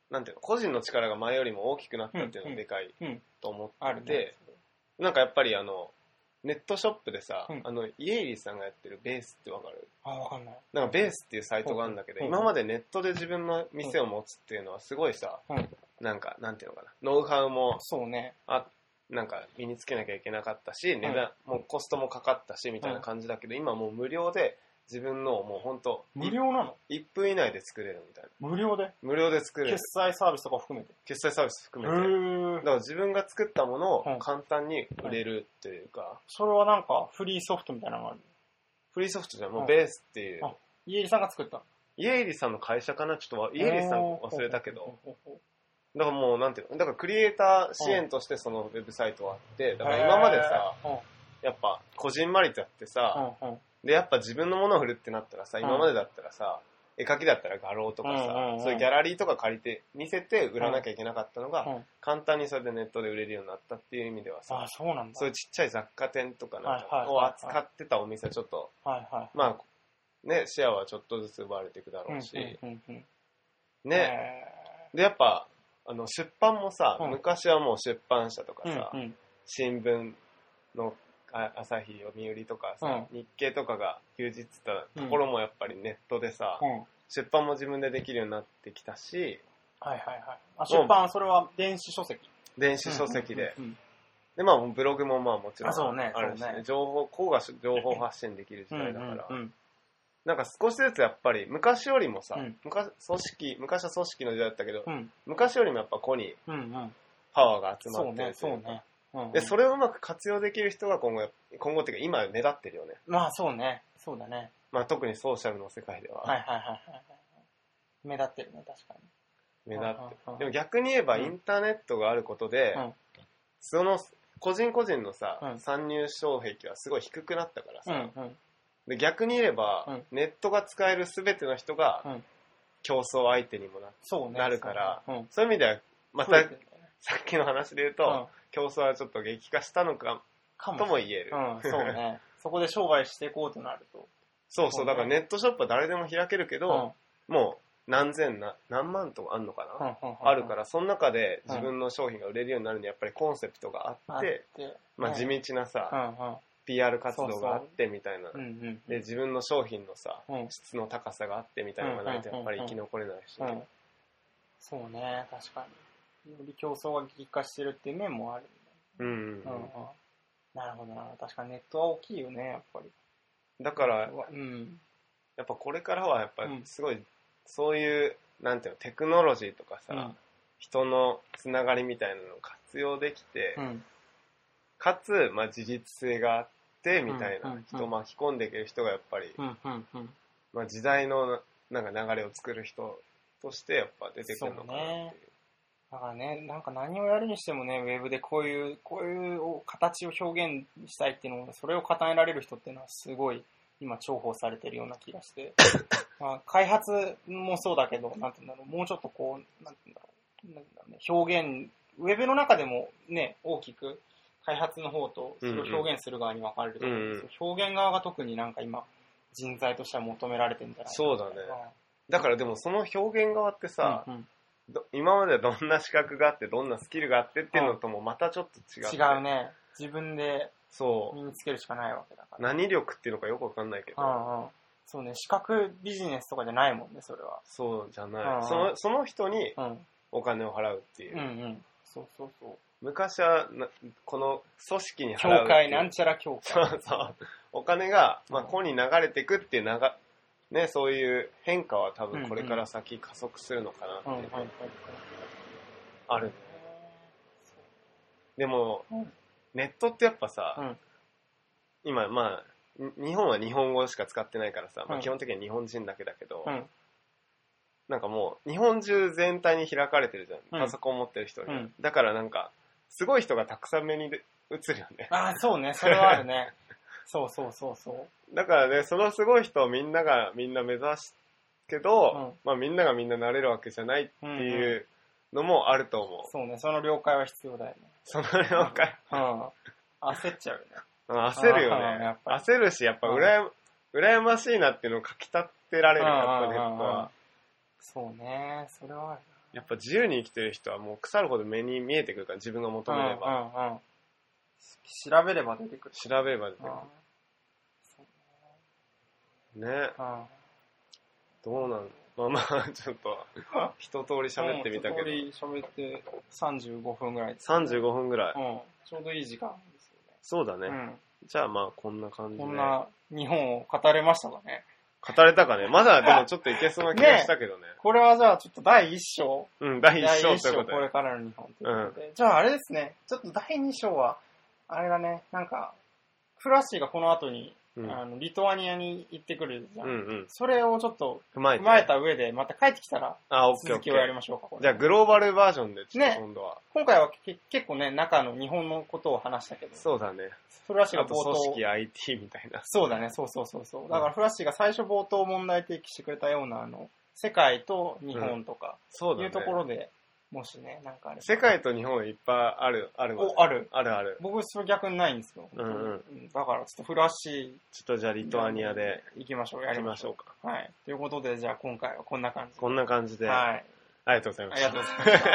なんていうの、個人の力が前よりも大きくなったっていうのがでかいと思ってて、なんかやっぱりあの、ネットショップでさ、うん、あの、家入さんがやってるベースってわかる？ あ、わかんない。 なんかベースっていうサイトがあるんだけど、今までネットで自分の店を持つっていうのはすごいさ、うん、なんか、なんていうのかな、ノウハウも、 そうね。 あ、なんか身につけなきゃいけなかったし、値段、もうコストもかかったし、みたいな感じだけど、今もう無料で、自分のもうほんと無料なの？ いっぷん以内で作れるみたいな。 無料で？ 無料で作れる。 決済サービスとか含めて？ 決済サービス含めて。だから自分が作ったものを簡単に売れるっていうか、うん、 それはなんかフリーソフトみたいなのがある？ フリーソフトじゃん、もうベースっていう。あ、 家入さんが作った？ 家入さんの会社かな、ちょっと家入さん忘れたけど、だからもうなんていうの、だからクリエイター支援としてそのウェブサイトはあって、だから今までさ、やっぱこじんまりとやってさ、で、やっぱ自分のものを売るってなったらさ、今までだったらさ、絵描きだったら画廊とかさ、うんうんうん、そういうギャラリーとか借りて、見せて売らなきゃいけなかったのが、うん、簡単にそれでネットで売れるようになったっていう意味ではさ、 あ、そうなんだ。 そういうちっちゃい雑貨店とかなんかを扱ってたお店はちょっと、はいはいはい、まあ、ね、シェアはちょっとずつ奪われていくだろうし、うんうんうんうん、ね、で、やっぱ、あの、出版もさ、うん、昔はもう出版社とかさ、うんうん、新聞の朝日、読売とかさ、うん、日経とかが牛耳ってたところもやっぱりネットでさ、うん、出版も自分でできるようになってきたし、 はいはいはい。あ、出版はそれは電子書籍？ 電子書籍で。うんうんうん、で、まあブログもまあもちろんあるし、ね、 ね、 情報、こうが情報発信できる時代だから、うんうんうん、なんか少しずつやっぱり昔よりもさ、うん、昔組織、昔は組織の時代だったけど、うん、昔よりもやっぱ個にパワーが集まってるというか、そうね、そうね。うんうん、でそれをうまく活用できる人が今後、今後っていうか今目立ってるよね。 まあそうね。そうだね。 まあ特にソーシャルの世界では。 はいはいはいはい。目立ってるね、確かに。 目立ってる。でも逆に言えばインターネットがあることで、うん、その個人個人のさ、うん、参入障壁はすごい低くなったからさ。うんうん、で逆に言えば、うん、ネットが使える全ての人が競争相手にも な,、うん、なるから、そうね、そういう意味ではまた、ね、さっきの話で言うと、うん競争はちょっと激化したのかとも言える。 うん、そうね。そこで商売していこうとなると。 そうそう、だからネットショップは誰でも開けるけど、うん、もう何千な、何万とかあんのかな、うんうんうんうん、あるから、その中で自分の商品が売れるようになるにはやっぱりコンセプトがあって、うん、まあ地道なさ、うんうん、ピーアール 活動があってみたいな、そうそう、うんうん、で、自分の商品のさ、うん、質の高さがあってみたいなのがないとやっぱり生き残れないし、ねうんうんうん。 そうね、確かに。より競争が激化してるっていう面もあるんだ、 うんうんうんうん、 なるほどな。確かにネットは大きいよね、やっぱり。 だから、うん、やっぱこれからはやっぱりすごい、うん、そういうなんていうのテクノロジーとかさ、うん、人のつながりみたいなのを活用できて、うん、かつ、まあ、自立性があってみたいな人を巻き込んでいける人がやっぱり、うんうんうんまあ、時代のなんか流れを作る人としてやっぱ出てくるのかなっていう。 だからね、なんか何をやるにしてもね、ウェブでこういう、こういう形を表現したいっていうのを、それを語られる人っていうのはすごい今重宝されてるような気がして、まあ、開発もそうだけど、なんていうんだろう、もうちょっとこう、なんていうんだろう、なんだろうね、表現、ウェブの中でもね、大きく開発の方とそれを表現する側に分かれると思うんですけど、うんうん、表現側が特になんか今、人材としては求められてるんじゃないかな。 そうだね。だからでもその表現側ってさ、うんうん今までどんな資格があってどんなスキルがあってっていうのともまたちょっと違う、 ね、違うね。自分で身につけるしかないわけだから。 何力っていうのかよくわかんないけど、 うんうん、そうね、資格ビジネスとかじゃないもんね、それは。 そうじゃない、うんうん、そのその人にお金を払うっていう、 うんうん、そうそうそう。 昔はなこの組織に払う協会なんちゃら協会、 そうそうお金が、まあ、ここに流れていくっていう流ね、そういう変化は多分これから先加速するのかなっていう、うんうん、ある。でも、うん、ネットってやっぱさ、うん、今まあ日本は日本語しか使ってないからさ、まあ、基本的には日本人だけだけど、うん、なんかもう日本中全体に開かれてるじゃん、パソコン持ってる人に、うん、だからなんかすごい人がたくさん目に映るよね。 ああそうね、それはあるね。そうそうそうそう。 だからね、そのすごい人をみんながみんな目指すけど、うん、まあみんながみんななれるわけじゃないっていうのもあると思う。うんうん、 そうね、その了解は必要だよね。 その了解。 うん。焦っちゃうよね。 焦るよね。焦るし、やっぱ羨ま、羨ましいなっていうのを書き立てられる、やっぱネットは。 そうね、それはあるやっぱ自由に生きてる人はもう腐るほど目に見えてくるから、自分が求めれば。 うんうんうん、調べれば出てくる。 調べれば出てくる。ね、うん、どうなんまあまあちょっと一通り喋ってみたけど、 うん、一通り喋ってさんじゅうごふんぐらい、ね、 さんじゅうごふんぐらい、 うん、ちょうどいい時間ですよね。 そうだね、うん、じゃあまあこんな感じで、 こんな日本を語れましたかね。 語れたかね。まだでもちょっといけそうな気がしたけどね。ね、 これはじゃあちょっとだいいっ章、 うん、だいいっ章ということで、 これからの日本ということで、うん、じゃああれですね、ちょっとだいに章はあれだね、なんかフラッシーがこの後にうん、あのリトアニアに行ってくるじゃん、うんうん、それをちょっと踏まえた上でまた帰ってきたら続きをやりましょうか。 じゃあグローバルバージョンでちょっと今度は、 ね、今回はけ結構ね中の日本のことを話したけど、 そうだね、 フラッシーが冒頭、 あと組織 アイティー みたいな、 そうだね、そうそうそうそう、だからフラッシーが最初冒頭問題提起してくれたようなあの世界と日本とかいうところで、うんもしね、なんかあれ世界と日本いっぱいある、あるので。 お、ある。 あるある。 僕、それ逆にないんですよ。 うんうん。 だから、ちょっとフラッシー。 ちょっとじゃあ、リトアニアで。 行きましょう、やりましょう。か。はい。ということで、じゃあ、今回はこんな感じ。 こんな感じで。 はい。 ありがとうございました。 ありがとうございました。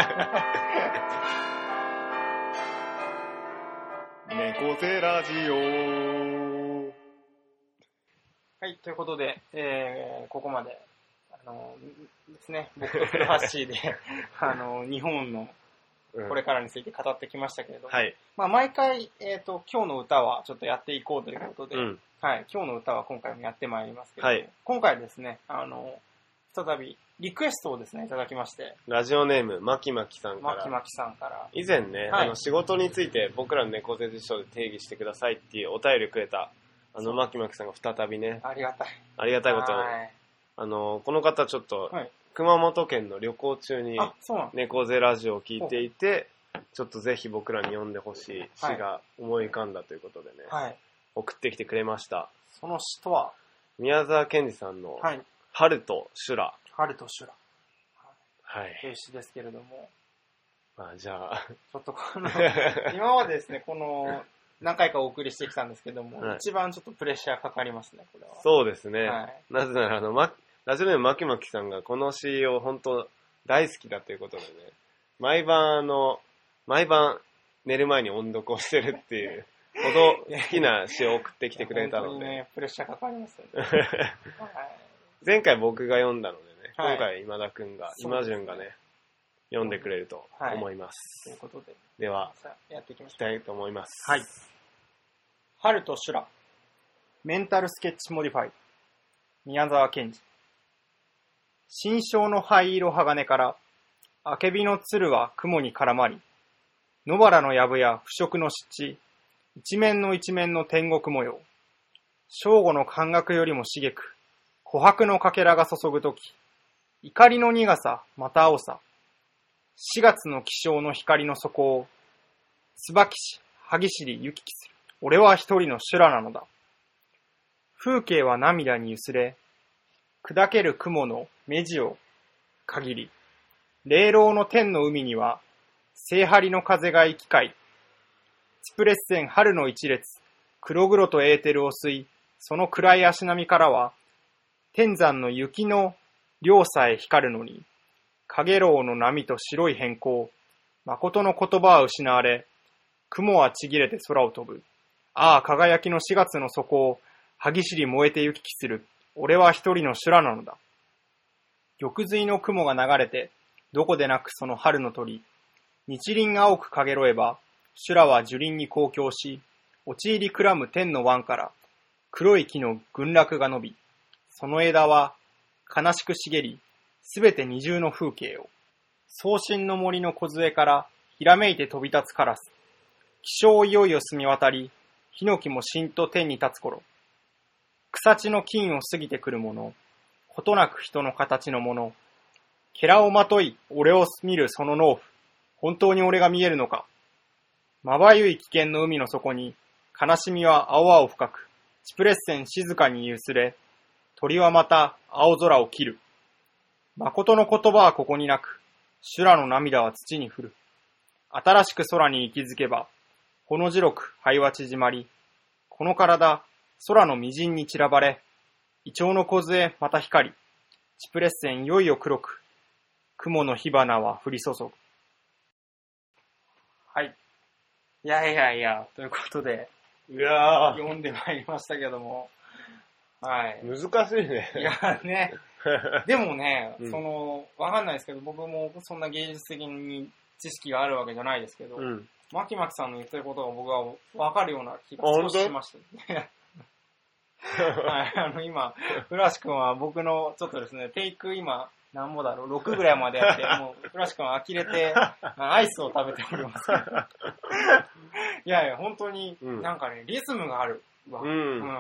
猫背ラジオ。 はい、ということで、えー、ここまで。あのですね、僕とフルハッシーであの日本のこれからについて語ってきましたけれども、 うんはいまあ、毎回、えーと、今日の歌はちょっとやっていこうということで、 うんはい、今日の歌は今回もやってまいりますけど、 はい、 今回ですねあの再びリクエストをですねいただきまして、 ラジオネームまきまきさんからまきまきさんから以前ね、はい、あの仕事について僕らの猫背辞書で定義してくださいっていうお便りくれたあのまきまきさんが再びね、 ありがたいありがたいことをあのこの方ちょっと、はい、熊本県の旅行中に猫背ラジオを聞いていて、ちょっとぜひ僕らに読んでほしい詩が思い浮かんだということでね、 はい、 送ってきてくれました。 その詩とは宮沢賢治さんの春と修羅、 春と修羅、 はい、 という詩ですけれども、 まあじゃあちょっとこの今までですねこの何回かお送りしてきたんですけども、はい、一番ちょっとプレッシャーかかりますねこれは。 そうですね、 はい、 なぜならあの、ま、ラジオネームまきまきさんがこの詩を本当大好きだということでね、毎晩あの毎晩寝る前に音読をしてるっていうほど好きな詩を送ってきてくれたので本当にねプレッシャーかかりますよね、はい、 前回僕が読んだのでね、はい、今回今田くんが、今順がね読んでくれると思います、 はい、ということでではやっていきましょう。 いきたいと思います。 はい。春と修羅メンタルスケッチモディファイ宮沢賢治。新生の灰色鋼からあけびの鶴は雲に絡まり、野原の藪や腐食の湿地、一面の一面の天国模様、正午の感覚よりも茂く琥珀のかけらが注ぐとき、怒りの苦さまた青さ、しがつの気象の光の底を椿し歯ぎしり行き来する俺は一人の修羅なのだ。風景は涙にゆすれ砕ける雲の目地を限り、霊老の天の海には聖張りの風が行き交い、ツプレッセン春の一列黒々とエーテルを吸い、その暗い足並みからは天山の雪の量さえ光るのに、影楼の波と白い変更、誠の言葉は失われ、雲はちぎれて空を飛ぶ。ああ、輝きのしがつの底を歯ぎしり燃えて行き来する。俺は一人の修羅なのだ。玉髄の雲が流れて、どこでなくその春の鳥。日輪青くかげろえば、修羅は樹林に公共し、陥りくらむ天の湾から、黒い木の群落が伸び、その枝は悲しく茂り、すべて二重の風景を。送信の森の梢からひらめいて飛び立つカラス。気象いよいよ澄み渡り、ヒノキもしんと天に立つ頃。草地の金を過ぎてくるもの、ことなく人の形のもの。ケラをまとい、俺を見るその農夫。本当に俺が見えるのか。まばゆい危険の海の底に、悲しみは青々深く、チプレッセン静かにゆすれ、鳥はまた青空を切る。誠の言葉はここになく、修羅の涙は土に降る。新しく空に息づけば、ほの白く灰は縮まり、この体、空の微塵に散らばれ、イチョウの梢また光り、チプレッセンいよいよ黒く、 雲の火花は降り注ぐ。はい。いやいやいや、ということで、 いや読んでまいりましたけども、はい。 難しいね。 いやね、でもね、うん、その、わかんないですけど、僕もそんな芸術的に知識があるわけじゃないですけど、うん、マキマキさんの言ってることが僕はわかるような気が少ししましたね。はい、あの今、古橋くんは僕のちょっとですね、テイク今、何ぼだろう、ろくぐらいまでやって、もう、古橋くんは呆れて、アイスを食べておりますけど。いやいや、本当に、なんかね、リズムがあるわ。 うん。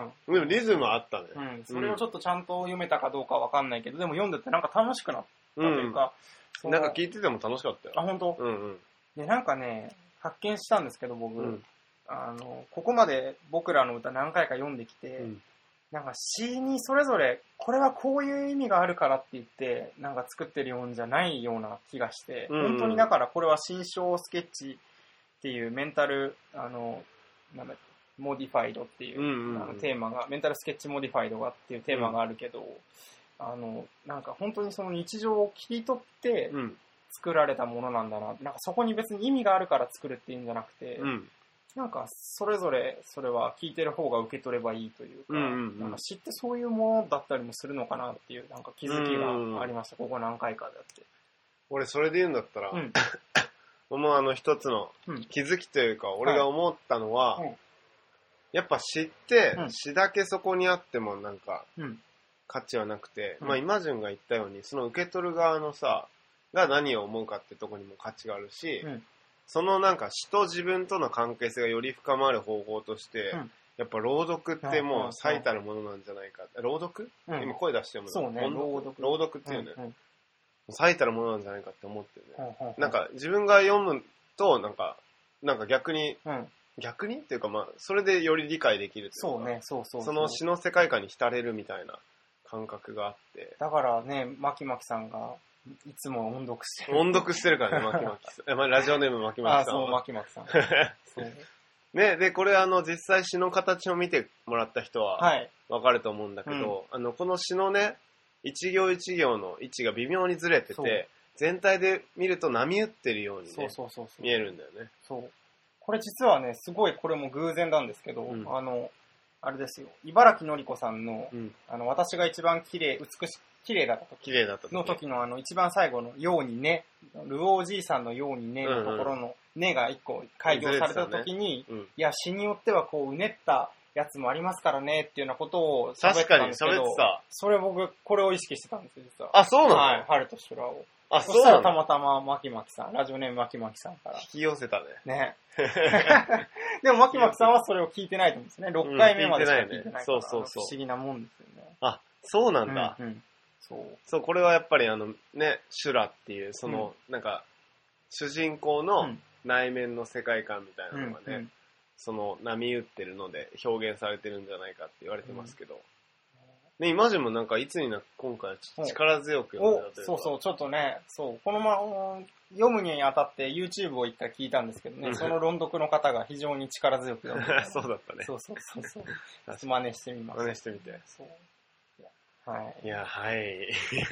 うん。でもリズムあったね。 うん。それをちょっとちゃんと読めたかどうかわかんないけど、でも読んでてなんか楽しくなったというか。 うん、なんか聞いてても楽しかったよ。 あ、本当？うんうん。で、なんかね、発見したんですけど、僕、うん、あの、ここまで僕らの歌何回か読んできて、うん、なんか詩にそれぞれこれはこういう意味があるからって言ってなんか作ってるようんじゃないような気がして、うんうん、本当にだからこれは心象スケッチっていうメンタルあのなんだモディファイドっていう、うんうん、あのテーマがメンタルスケッチモディファイドがっていうテーマがあるけど、うん、あのなんか本当にその日常を切り取って作られたものなんだな、なんかそこに別に意味があるから作るっていうんじゃなくて、うん、なんかそれぞれそれは聞いてる方が受け取ればいいというか、うんうんうん、なんか知ってそういうものだったりもするのかなっていうなんか気づきがありました、ここ何回かであって。 俺それで言うんだったら、うん、もうあの一つの気づきというか、うん、俺が思ったのは、はい、やっぱ知って、うん、詩だけそこにあってもなんか価値はなくて、うん、まあイマジュンが言ったようにその受け取る側のさが何を思うかってとこにも価値があるし、うん、そのなんか詩と自分との関係性がより深まる方法として、うん、やっぱ朗読ってもう最たるものなんじゃないか。朗読、うん、今声出してもそうね、朗読。 朗読っていうね、うんうん、最たるものなんじゃないかって思ってるね、うんうん。なんか自分が読むとなんかなんか逆に、うん、逆にっていうかまあそれでより理解できるっていうか、 そうね、そうそうそう。 その詩の世界観に浸れるみたいな感覚があって。 だからね、マキマキさんがいつも音読してる。 音読してるからね、マキマキさん。ラジオネームマキマキさんは。 あ、そう、マキマキさん。そうね、で、これあの、実際詩の形を見てもらった人は、わかると思うんだけど、はいうん、あの、この詩のね、一行一行の位置が微妙にずれてて、全体で見ると波打ってるようにね、そうそうそうそう見えるんだよね。 そう。これ実はね、すごいこれも偶然なんですけど、うん、あの、あれですよ、茨城のり子さんの、うん、あの、私が一番綺麗、美しい、綺麗だった時。 綺麗だった時。 の時のあの、一番最後のようにね、ルオーじいさんのようにねのところのねが一個開業された時に、ねうん、いや、詩によってはこう、うねったやつもありますからねっていうようなことを喋ってたんですけど、確かに喋ってた。それ僕、これを意識してたんですよ、実は。 あ、そうなの？ はい、春と修羅を。 あ、 そしたらたまたまマキマキさん、ラジオネームマキマキさんから。 引き寄せたね。 ね。でもマキマキさんはそれを聞いてないと思うんですね。ろっかいめまでしか聞いてないから、うん、そうそうそう。不思議なもんですよね。 あ、そうなんだ。 うんうん、そう。 そう、これはやっぱりあのね、修羅っていう、その、うん、なんか、主人公の内面の世界観みたいなのがね、うんうん、その波打ってるので表現されてるんじゃないかって言われてますけど。うんね、イマジンもなんかいつになく今回力強く読んだというか、 そうそう、ちょっとね、そう、このまま読むにあたって YouTube を一回聞いたんですけどね、その論読の方が非常に力強く読んでた。 そうだったね。 そうそうそうそう。真似してみます。 真似してみて。そう。 いや、はい。 いや、はい。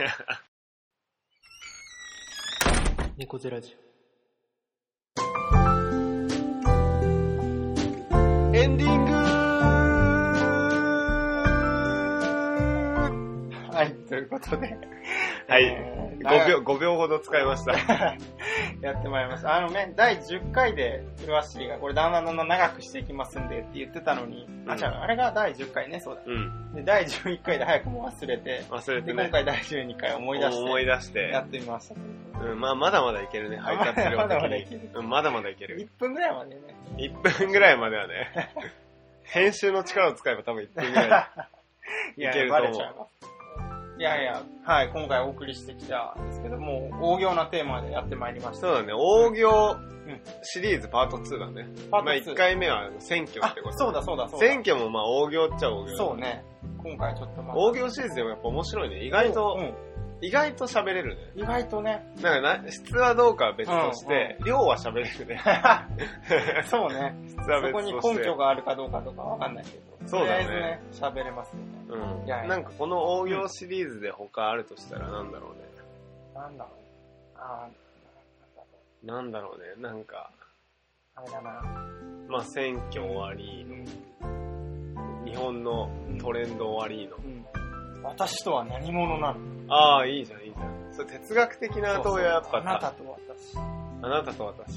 猫背ラジオ。エンディングはい、ということで。 はい、えー、ごびょう、ごびょうほど使いました。 やってまいりました。あのね、だいじゅっかいで、古橋がこれだんだんだんだん長くしていきますんでって言ってたのに、うん、あ、違う、あれがだいじゅっかいね、そうだ。うん、で、だいじゅういっかいで早くも忘れて、 忘れてね。 で、今回だいじゅうにかい思い出して、 思い出して、 やってみました。 うん、まあ、まだまだいけるね、配達量的に。まだまだいける。うん、まだまだいける。 いっぷんぐらいまでね。 いっぷんぐらいまではね、編集の力を使えば多分いっぷんぐらいいけると思う。いや、バレちゃいます。 いやいや、はい、今回お送りしてきたんですけども、大行なテーマでやってまいりました。 そうだね、大行シリーズパートツーだね。パートツー。まあいっかいめは選挙ってこと。 そうだそうだそうだ。 選挙もまあ大行っちゃ大行。 そうね。今回ちょっとまあ。 大行シリーズでもやっぱ面白いね。意外と、うん、意外と喋れるね。 意外とね。 なんかな、質はどうかは別として、うんうん、量は喋れるね。 そうね。質は別として。そこに根拠があるかどうかとかわかんないけど。 そうだね。 とりあえずね、喋れますよね。 うん。いやいやなんかこの大行シリーズで他あるとしたらなんだろうね。 なんだろあー、なんだろうね、なんか、 あれだな。 まあ選挙終わり、うん、日本のトレンド終わりの、 うんうん、私とは何者なの？ ああ、いいじゃん、いいじゃん。それ哲学的な問いはやっぱ、 あなたと私。 あなたと私。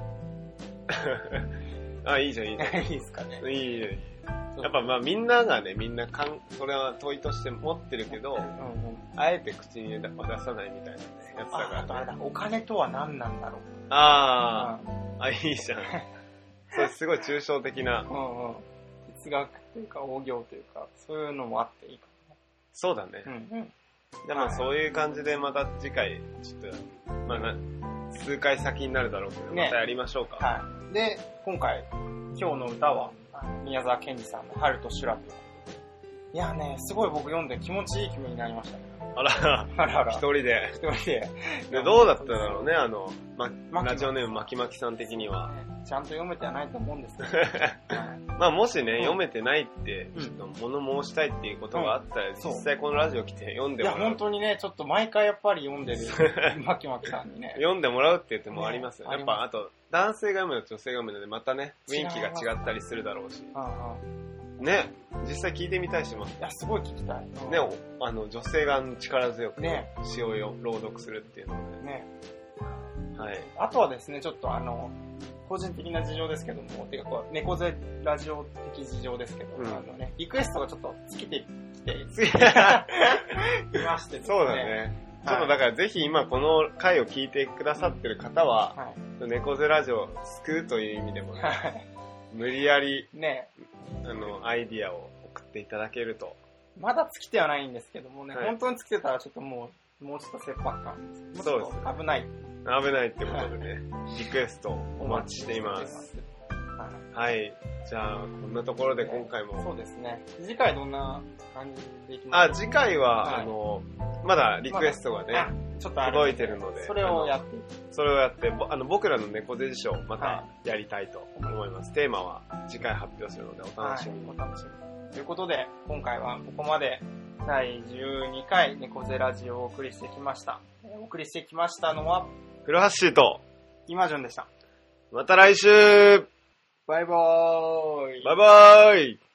あ、いいじゃん、いいじゃん。 いいですかね。 いいね。やっぱまあみんながね、みんなかん、それは問いとして持ってるけど、うんうん、あえて口に出さないみたいなね、やつだから、ね。 あ、あとあれだ、お金とは何なんだろう。 ああ、うん、あ、いいじゃん。それすごい抽象的な。 うんうん。哲学というか、応行というか、そういうのもあっていいかもね。 そうだね。うんうん。じゃあまあそういう感じでまた次回、ちょっと、まあな、数回先になるだろうけど、ね、またやりましょうか。 はい。で、今回、今日の歌は、宮沢賢治さんの春と修羅ということで。いやね、すごい僕読んで気持ちいい気分になりましたね。 あら、あらあら一人で。 一人で。 で、どうだっただろうね、あの、ま、ラジオネームまきまきさん的には。 ちゃんと読めてはないと思うんですけど。 まあもしね、うん、読めてないって、ちょっと物申したいっていうことがあったら、うん、実際このラジオ来て読んでもらう。 いや、本当にね、ちょっと毎回やっぱり読んでる、まきまきさんにね。 読んでもらうって言ってもありますよ。ね、やっぱ、あと、男性が読むのと女性が読むので、またね、雰囲気が違ったりするだろうし。ね、実際聞いてみたいします。 いや、すごい聞きたい。 ね、あの、女性が力強くね、詩を朗読するっていうので。ね。はい。 あとはですね、ちょっとあの、個人的な事情ですけども、てかこう、猫背ラジオ的事情ですけど、うん、あのね、リクエストがちょっと尽きてきて、いましてですね。 そうだね。ちょっとだからぜひ今この回を聞いてくださってる方は、はい、猫背ラジオを救うという意味でもね、はい、無理やり、ね、あの、アイディアを送っていただけると。 まだ尽きてはないんですけどもね、はい、本当に尽きてたらちょっともう、もうちょっと切迫感です。そうです。危ない。 危ないってことでね、リクエストお待ちしています。はい。じゃあ、こんなところで今回も。 そうですね。次回どんな感じでいきますか？ あ、次回は、はい、あの、まだリクエストがね、ま、ちょっと届いてるので。 それをやって。 それをやって、あの、僕らの猫背辞書をまたやりたいと思います。はい、テーマは次回発表するのでお楽しみに。 はい、お楽しみに。ということで、今回はここまでだいじゅうにかい猫背ラジオをお送りしてきました。お送りしてきましたのは、 古橋シーと今順でした。 また来週。 バイバーイ。 バイバーイ。